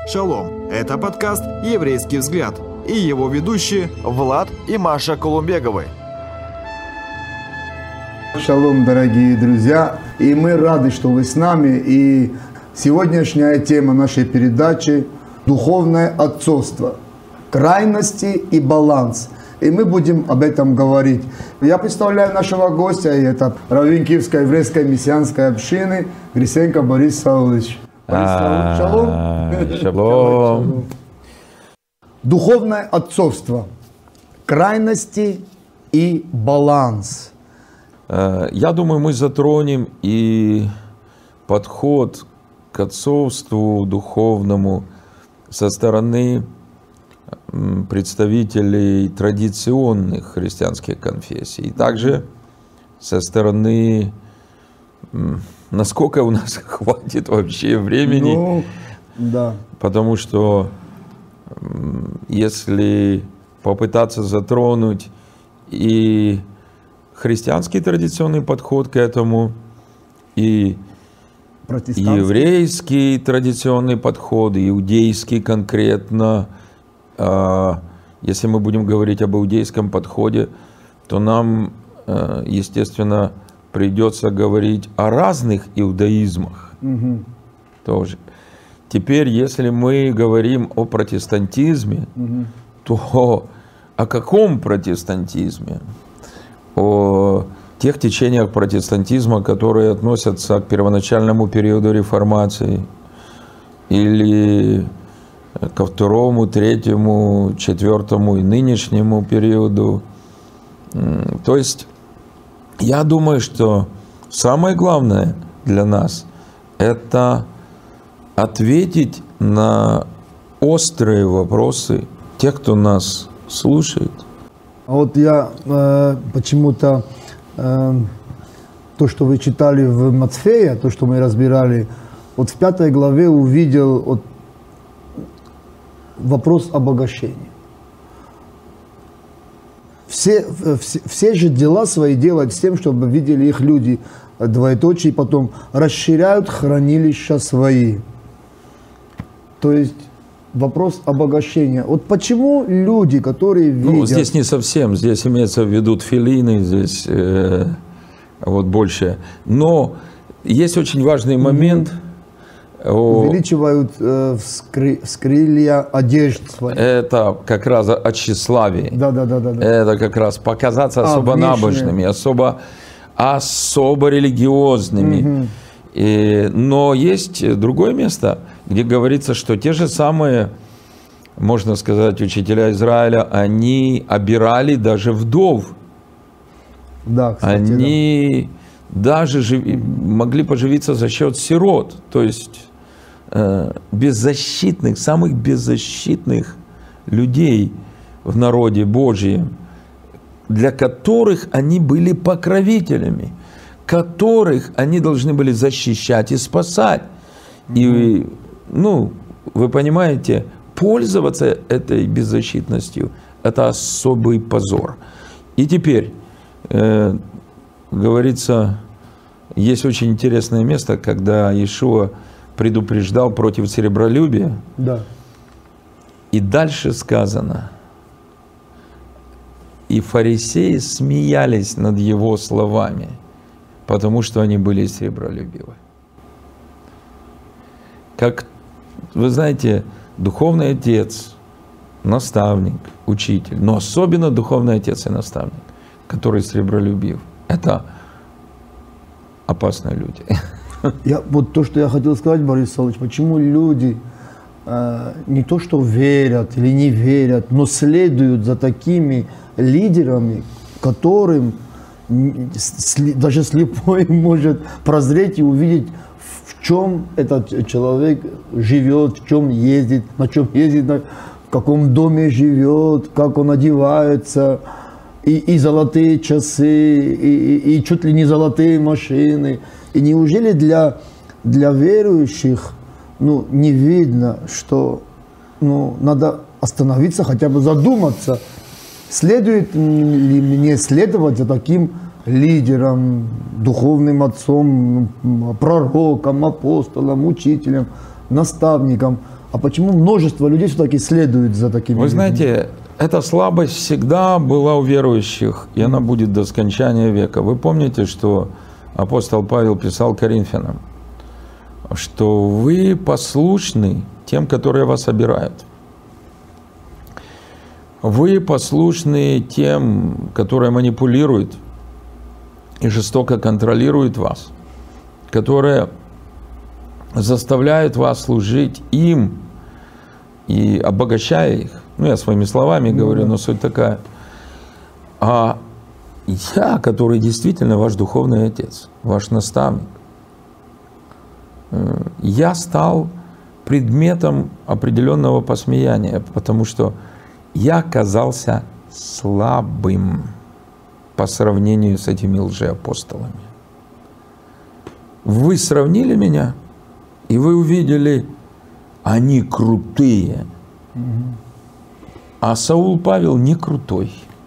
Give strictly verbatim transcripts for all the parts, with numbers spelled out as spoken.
Шалом! Это подкаст «Еврейский взгляд» и его ведущие Влад и Маша Колумбеговы. Шалом, дорогие друзья! И мы рады, что вы с нами. И сегодняшняя тема нашей передачи – духовное отцовство, крайности и баланс. И мы будем об этом говорить. Я представляю нашего гостя, и это раввин Киевской еврейской мессианской общины Гриценко Борис Саулович. Борис Саулович, шалом. Шалом. Духовное отцовство, крайности и баланс. Я думаю, мы затронем и подход к отцовству духовному со стороны представителей традиционных христианских конфессий. И также со стороны, насколько у нас хватит вообще времени. Ну, да. Потому что если попытаться затронуть и христианский традиционный подход к этому, и еврейский традиционный подход, иудейский конкретно, если мы будем говорить об иудейском подходе, то нам, естественно, придется говорить о разных иудаизмах угу. тоже. Теперь, если мы говорим о протестантизме, угу. то о каком протестантизме? О тех течениях протестантизма, которые относятся к первоначальному периоду реформации, или ко второму, третьему, четвертому и нынешнему периоду. То есть, я думаю, что самое главное для нас – это ответить на острые вопросы тех, кто нас слушает. А вот я э, почему-то э, то, что вы читали в Матфея, то, что мы разбирали, вот в пятой главе увидел вот, вопрос обогащения. Все, все, все же дела свои делают с тем, чтобы видели их люди, двоеточие, потом расширяют хранилища свои. То есть вопрос обогащения. Вот почему люди, которые видят... Ну, здесь не совсем, здесь имеется в виду тфилины, здесь э, вот больше. Но есть очень важный момент. Mm-hmm. Увеличивают э, вскры, вскрылья одежд своих. Это как раз о тщеславии. Да, да, да, да, да. Это как раз показаться особо а, набожными, особо, особо религиозными. Угу. И, но есть другое место, где говорится, что те же самые, можно сказать, учителя Израиля, они обирали даже вдов. Да, кстати, они да. даже живи, могли поживиться за счет сирот. То есть беззащитных, самых беззащитных людей в народе Божьем, для которых они были покровителями, которых они должны были защищать и спасать. Mm-hmm. И, ну, вы понимаете, пользоваться этой беззащитностью – это особый позор. И теперь, э, говорится, есть очень интересное место, когда Иешуа предупреждал против серебролюбия. Да. И дальше сказано, и фарисеи смеялись над его словами, потому что они были серебролюбивы. Как, вы знаете, духовный отец, наставник, учитель, но особенно духовный отец и наставник, который серебролюбив, это опасные люди. Я, вот то, что я хотел сказать, Борис Саулович, почему люди э, не то что верят или не верят, но следуют за такими лидерами, которым сли, даже слепой может прозреть и увидеть, в чем этот человек живет, в чем ездит, на чем ездит, на, в каком доме живет, как он одевается, и, и золотые часы, и, и, и чуть ли не золотые машины. И неужели для, для верующих ну, не видно, что ну, надо остановиться, хотя бы задуматься, следует ли мне следовать за таким лидером, духовным отцом, пророком, апостолом, учителем, наставником. А почему множество людей все-таки следует за такими Вы людьми? знаете, эта слабость всегда была у верующих, и она будет до скончания века. Вы помните, что апостол Павел писал Коринфянам, что вы послушны тем, которые вас обирают. Вы послушны тем, которые манипулируют и жестоко контролируют вас, которые заставляют вас служить им и обогащая их. Ну, я своими словами говорю, но суть такая. А я, который действительно ваш духовный отец, ваш наставник, я стал предметом определенного посмеяния, потому что я оказался слабым по сравнению с этими лжеапостолами. Вы сравнили меня, и вы увидели, они крутые. А Саул Павел не крутой.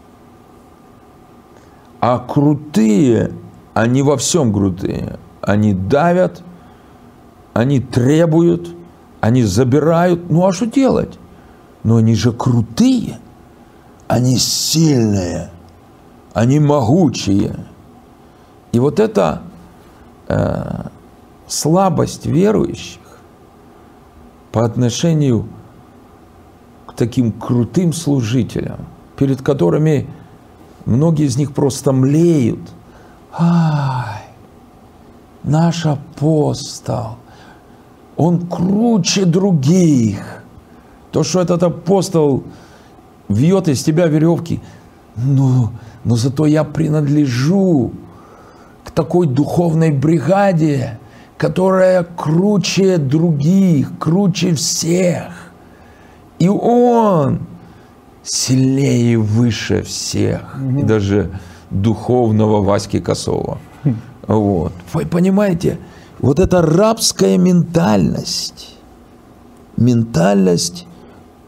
А крутые, они во всем крутые. Они давят, они требуют, они забирают. Ну а что делать? Но они же крутые. Они сильные. Они могучие. И вот эта э, слабость верующих по отношению к таким крутым служителям, перед которыми многие из них просто млеют. Ай, наш апостол, он круче других. То, что этот апостол вьет из тебя веревки, ну, но зато я принадлежу к такой духовной бригаде, которая круче других, круче всех. И он сильнее и выше всех, mm-hmm. и даже духовного Васьки Косова. Mm-hmm. Вот. Вы понимаете, вот эта рабская ментальность, ментальность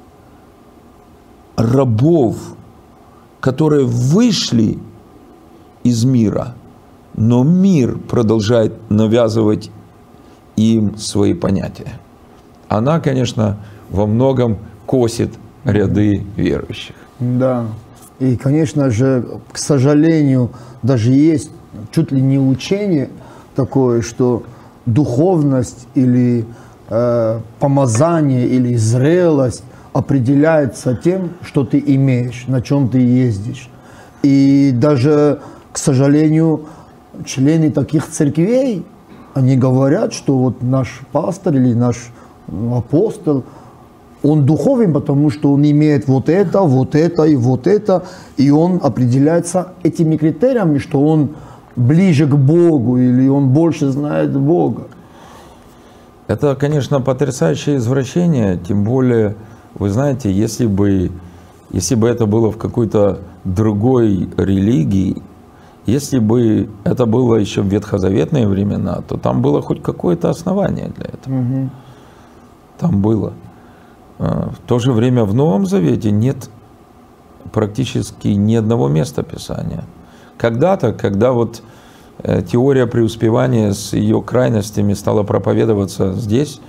рабов, которые вышли из мира, но мир продолжает навязывать им свои понятия. Она, конечно, во многом косит ряды верующих. Да. И, конечно же, к сожалению, даже есть чуть ли не учение такое, что духовность или э, помазание или зрелость определяется тем, что ты имеешь, на чем ты ездишь. И даже, к сожалению, члены таких церквей, они говорят, что вот наш пастор или наш апостол, он духовен, потому что он имеет вот это, вот это и вот это, и он определяется этими критериями, что он ближе к Богу или он больше знает Бога. Это, конечно, потрясающее извращение, тем более, вы знаете, если бы, если бы это было в какой-то другой религии, если бы это было еще в ветхозаветные времена, то там было хоть какое-то основание для этого. Угу. Там было. В то же время в Новом Завете нет практически ни одного места Писания. Когда-то, когда вот теория преуспевания с ее крайностями стала проповедоваться здесь,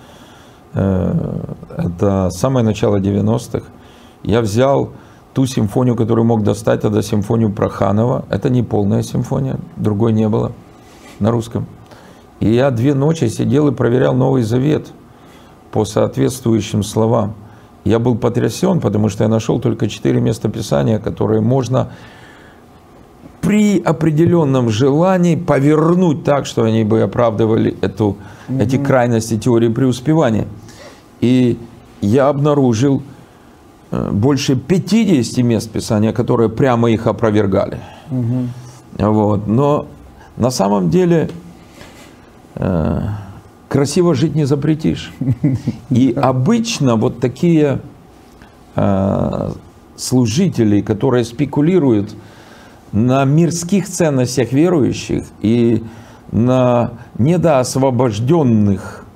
это самое начало девяностых, я взял ту симфонию, которую мог достать, тогда симфонию Проханова. Это не полная симфония, другой не было на русском. И я две ночи сидел и проверял Новый Завет по соответствующим словам. Я был потрясен, потому что я нашел только четыре места Писания, которые можно при определенном желании повернуть так, что они бы оправдывали эту, mm-hmm. эти крайности теории преуспевания. И я обнаружил больше пятидесяти мест Писания, которые прямо их опровергали. Mm-hmm. Вот. Но на самом деле э, красиво жить не запретишь. И обычно вот такие э, служители, которые спекулируют на мирских ценностях верующих и на недоосвобожденных,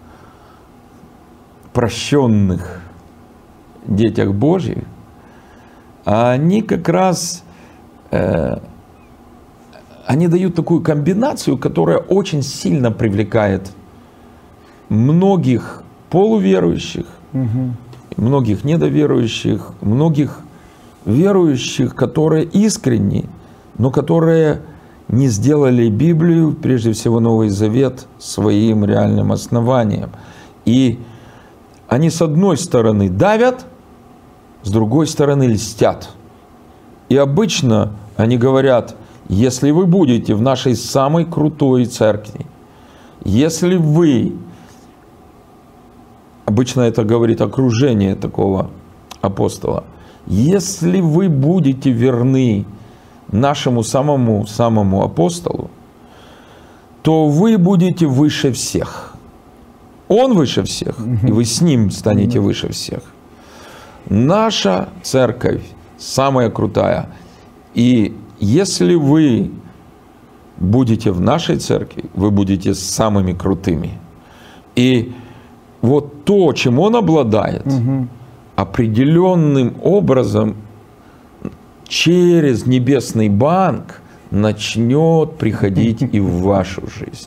прощенных детях Божьих, они как раз э, они дают такую комбинацию, которая очень сильно привлекает многих полуверующих, Мгм. многих недоверующих, многих верующих, которые искренни, но которые не сделали Библию, прежде всего Новый Завет, своим реальным основанием. И они с одной стороны давят, с другой стороны льстят. И обычно они говорят: если вы будете в нашей самой крутой церкви, если вы, обычно это говорит окружение такого апостола, если вы будете верны нашему самому-самому апостолу, то вы будете выше всех. Он выше всех, и вы с ним станете выше всех. Наша церковь самая крутая. И если вы будете в нашей церкви, вы будете самыми крутыми. И вот то, чем он обладает, Мгм. определенным образом через небесный банк начнет приходить и в вашу жизнь.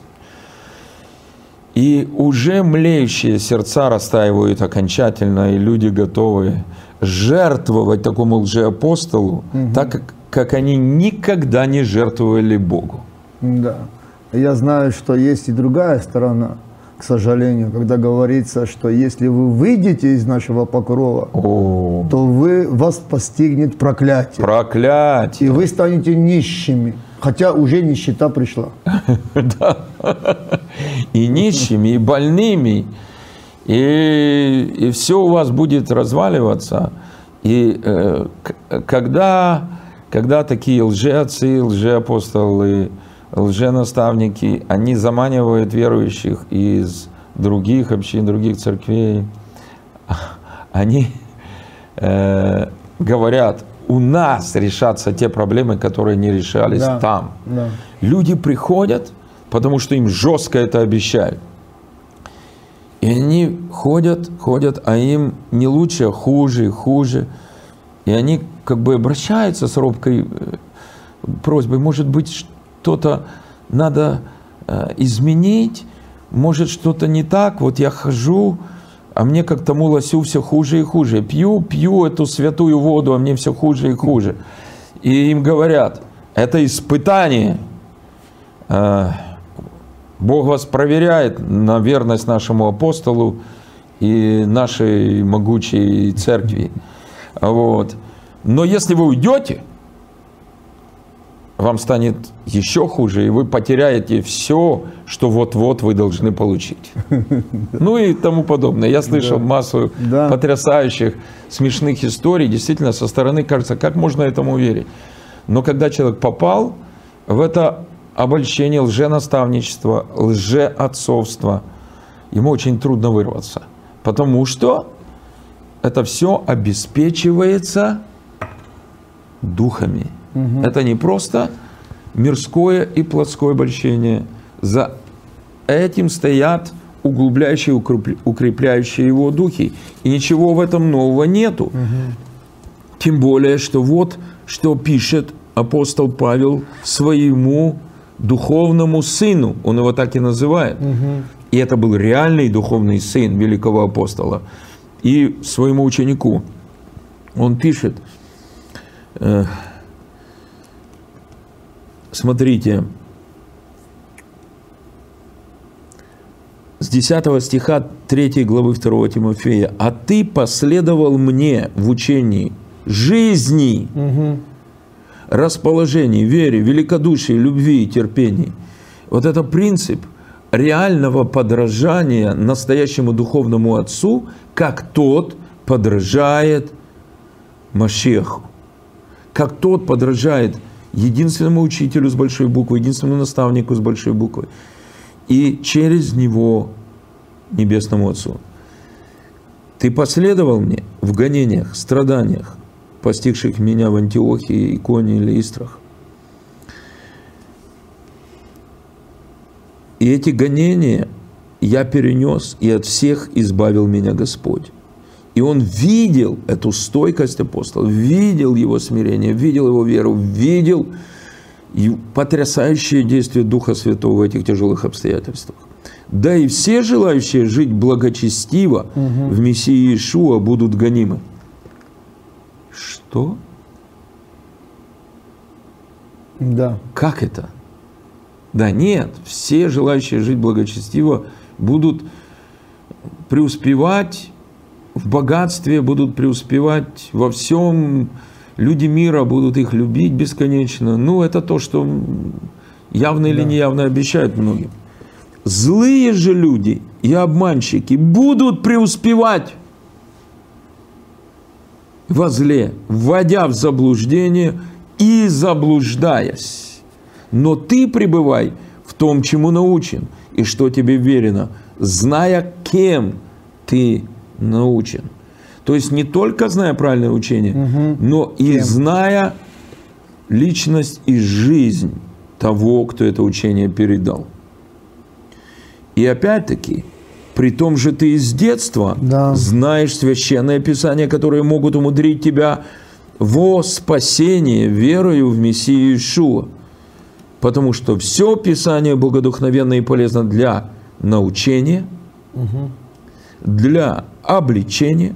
И уже млеющие сердца растаивают окончательно, и люди готовы жертвовать такому лжеапостолу, Мгм. так как, как они никогда не жертвовали Богу. Да. Я знаю, что есть и другая сторона, к сожалению, когда говорится, что если вы выйдете из нашего покрова, О, то вы, вас постигнет проклятие. И проклятие! вы станете нищими, хотя уже нищета пришла. Да. И нищими, и больными, и, и все у вас будет разваливаться. И э, к- когда, когда такие лжеотцы, лжеапостолы, лженаставники, они заманивают верующих из других общин, других церквей, они э, говорят: у нас решатся те проблемы, которые не решались Да. там. Да. Люди приходят, потому что им жестко это обещают. И они ходят, ходят, а им не лучше, а хуже, хуже. И они как бы обращаются с робкой э, просьбой: может быть, что-то надо э, изменить, может, что-то не так. Вот я хожу, а мне как тому лосю все хуже и хуже. Пью, пью эту святую воду, а мне все хуже и хуже. И им говорят: это испытание. Э, Бог вас проверяет на верность нашему апостолу и нашей могучей церкви. Вот. Но если вы уйдете, вам станет еще хуже, и вы потеряете все, что вот-вот вы должны получить. Ну и тому подобное. Я слышал Да. массу Да. потрясающих, смешных историй. Действительно, со стороны кажется, как можно этому верить. Но когда человек попал в это обольщение, лженаставничество, лжеотцовство, ему очень трудно вырваться. Потому что это все обеспечивается духами. Мгм. Это не просто мирское и плотское обольщение. За этим стоят углубляющие, укрепля- укрепляющие его духи. И ничего в этом нового нету. Тем более, что вот что пишет апостол Павел своему духовному сыну. Он его так и называет. Мгм. И это был реальный духовный сын великого апостола. И своему ученику он пишет, э, смотрите, с десятого стиха третьей главы второго Тимофея: «А ты последовал мне в учении жизни, Мгм. расположении, вере, великодушии, любви и терпении». Вот это принцип реального подражания настоящему духовному отцу, как тот подражает Машеху, как тот подражает единственному учителю с большой буквы, единственному наставнику с большой буквы, и через него небесному Отцу. Ты последовал мне в гонениях, страданиях, постигших меня в Антиохии, Иконии или Истрах. И эти гонения я перенес, и от всех избавил меня Господь. И он видел эту стойкость апостола, видел его смирение, видел его веру, видел и потрясающее действие Духа Святого в этих тяжелых обстоятельствах. Да и все желающие жить благочестиво угу. в Мессии Иешуа будут гонимы. Что? Да. Как это? Да нет, все желающие жить благочестиво будут преуспевать в богатстве, будут преуспевать во всем. Люди мира будут их любить бесконечно. Ну, это то, что явно или да. неявно обещают многим. Злые же люди и обманщики будут преуспевать во зле, вводя в заблуждение и заблуждаясь. Но ты пребывай в том, чему научен, и что тебе верено, зная, кем ты научен. То есть не только зная правильное учение, угу. но и кем? Зная личность и жизнь того, кто это учение передал. И опять-таки, при том же ты из детства да. знаешь священное Писание, которые могут умудрить тебя во спасение верою в Мессию Иешуа. Потому что все Писание богодухновенно и полезно для научения, угу. для обличения,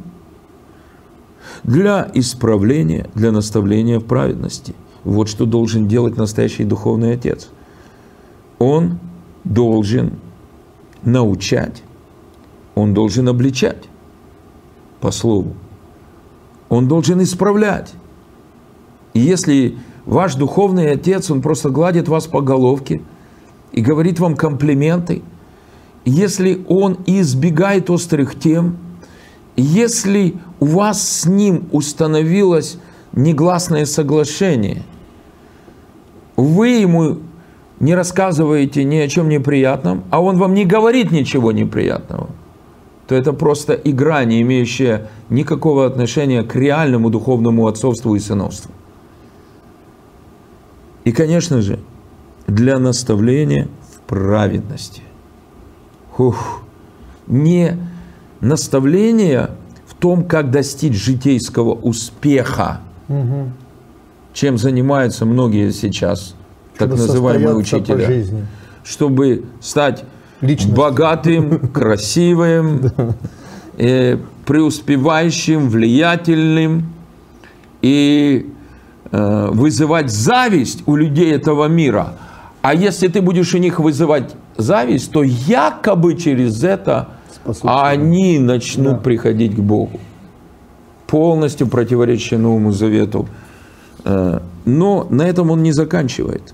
для исправления, для наставления в праведности. Вот что должен делать настоящий духовный отец. Он должен научать, он должен обличать по слову, он должен исправлять. И если ваш духовный отец, он просто гладит вас по головке и говорит вам комплименты, если он избегает острых тем, если у вас с ним установилось негласное соглашение, вы ему не рассказываете ни о чем неприятном, а он вам не говорит ничего неприятного, то это просто игра, не имеющая никакого отношения к реальному духовному отцовству и сыновству. И, конечно же, для наставления в праведности. Ух, не наставление в том, как достичь житейского успеха, угу. чем занимаются многие сейчас, так называемые учителя, чтобы стать личностью. Богатым, красивым, э, преуспевающим, влиятельным и э, вызывать зависть у людей этого мира. А если ты будешь у них вызывать зависть, то якобы через это они начнут да. приходить к Богу. Полностью противоречие Новому Завету. Но на этом он не заканчивает.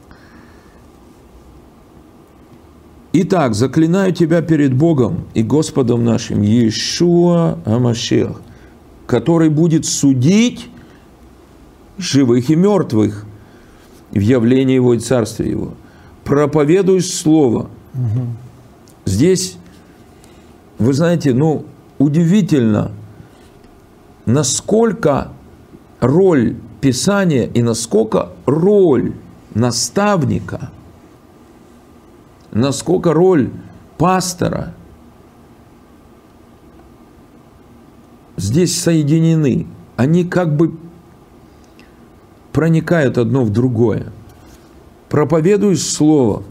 Итак, заклинаю тебя перед Богом и Господом нашим, Иешуа ха-Машиах, который будет судить живых и мертвых в явлении Его и Царстве Его. Проповедуй Слово. Угу. Здесь, вы знаете, ну, удивительно, насколько роль Писания и насколько роль наставника, насколько роль пастора здесь соединены. Они как бы проникают одно в другое. Проповедуй Слово.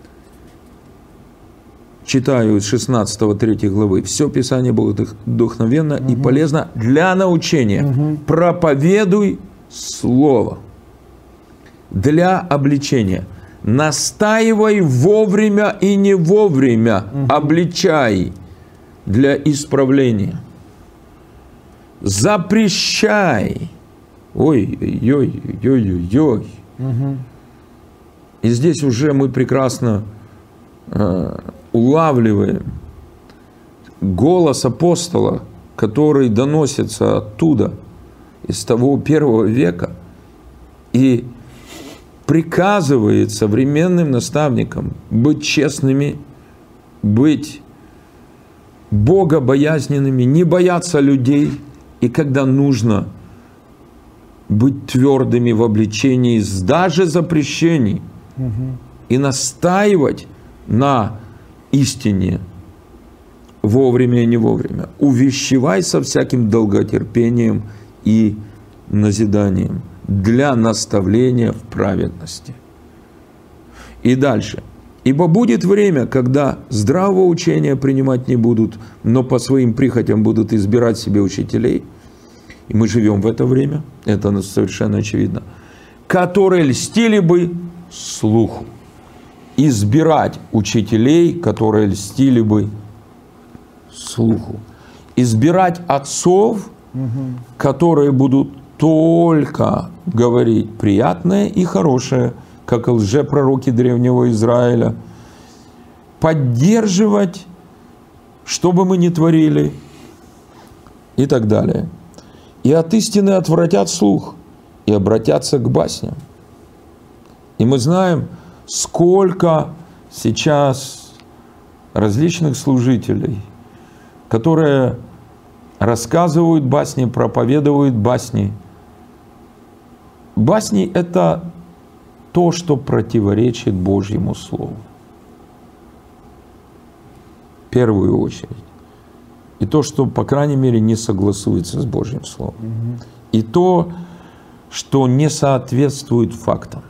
Читаю из шестнадцатой третьей главы. Все Писание богодухновенно угу. и полезно для научения. Угу. Проповедуй Слово. Для обличения. Настаивай вовремя и не вовремя. Угу. Обличай для исправления. Запрещай. Ой-ой-ой-ой-ой. Угу. И здесь уже мы прекрасно э, улавливаем голос апостола, который доносится оттуда, из того первого века, и приказывает современным наставникам быть честными, быть богобоязненными, не бояться людей, и когда нужно, быть твердыми в обличении даже запрещений, угу. и настаивать на истине вовремя и не вовремя. Увещевай со всяким долготерпением и назиданием. для наставления в праведности. И дальше. Ибо будет время, когда здравого учения принимать не будут, но по своим прихотям будут избирать себе учителей. И мы живем в это время, это совершенно очевидно, которые льстили бы слуху. Избирать учителей, которые льстили бы слуху. Избирать отцов, угу. которые будут только говорить приятное и хорошее, как лжепророки древнего Израиля, поддерживать, что бы мы ни творили, и так далее. И от истины отвратят слух, и обратятся к басням. И мы знаем, сколько сейчас различных служителей, которые рассказывают басни, проповедуют басни. Басни – это то, что противоречит Божьему Слову. В первую очередь. И то, что, по крайней мере, не согласуется с Божьим Словом. Угу. И то, что не соответствует фактам.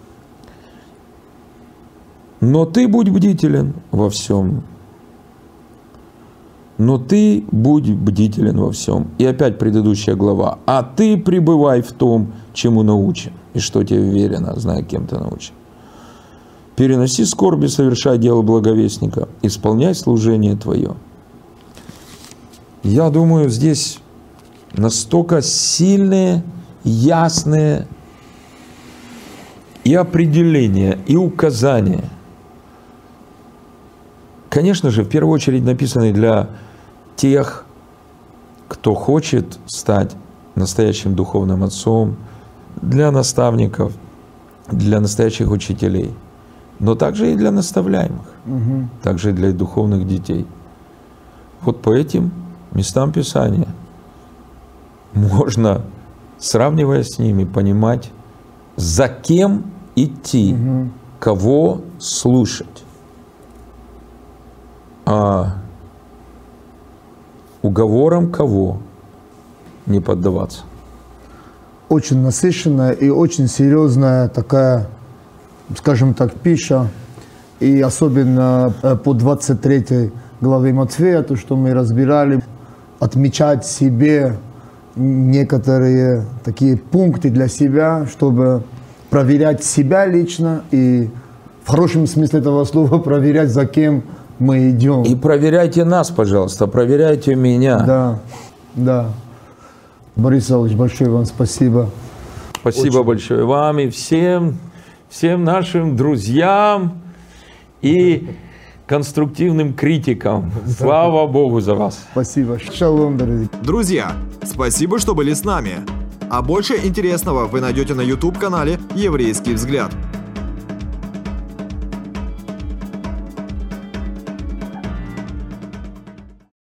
Но ты будь бдителен во всем. Но ты будь бдителен во всем. И опять предыдущая глава. А ты пребывай в том, чему научен, и что тебе верено, зная, кем ты научен. Переноси скорби, совершай дело благовестника, исполняй служение твое. Я думаю, здесь настолько сильные, ясные и определения, и указания. Конечно же, в первую очередь написаны для тех, кто хочет стать настоящим духовным отцом, для наставников, для настоящих учителей, но также и для наставляемых, угу. также и для духовных детей. Вот по этим местам Писания можно, сравнивая с ними, понимать, за кем идти, угу. кого слушать. А уговорам кого не поддаваться. Очень насыщенная и очень серьезная такая, скажем так, пища. И особенно по двадцать третьей главе Матфея, то, что мы разбирали, отмечать себе некоторые такие пункты для себя, чтобы проверять себя лично и в хорошем смысле этого слова проверять, за кем мы идем. И проверяйте нас, пожалуйста, проверяйте меня. Да, да. Борис Исаевич, большое вам спасибо. Спасибо Очень. большое вам и всем, всем нашим друзьям и конструктивным критикам. Слава Богу за вас. Спасибо. Шалом, дорогие. Друзья, спасибо, что были с нами. А больше интересного вы найдете на YouTube-канале «Еврейский взгляд».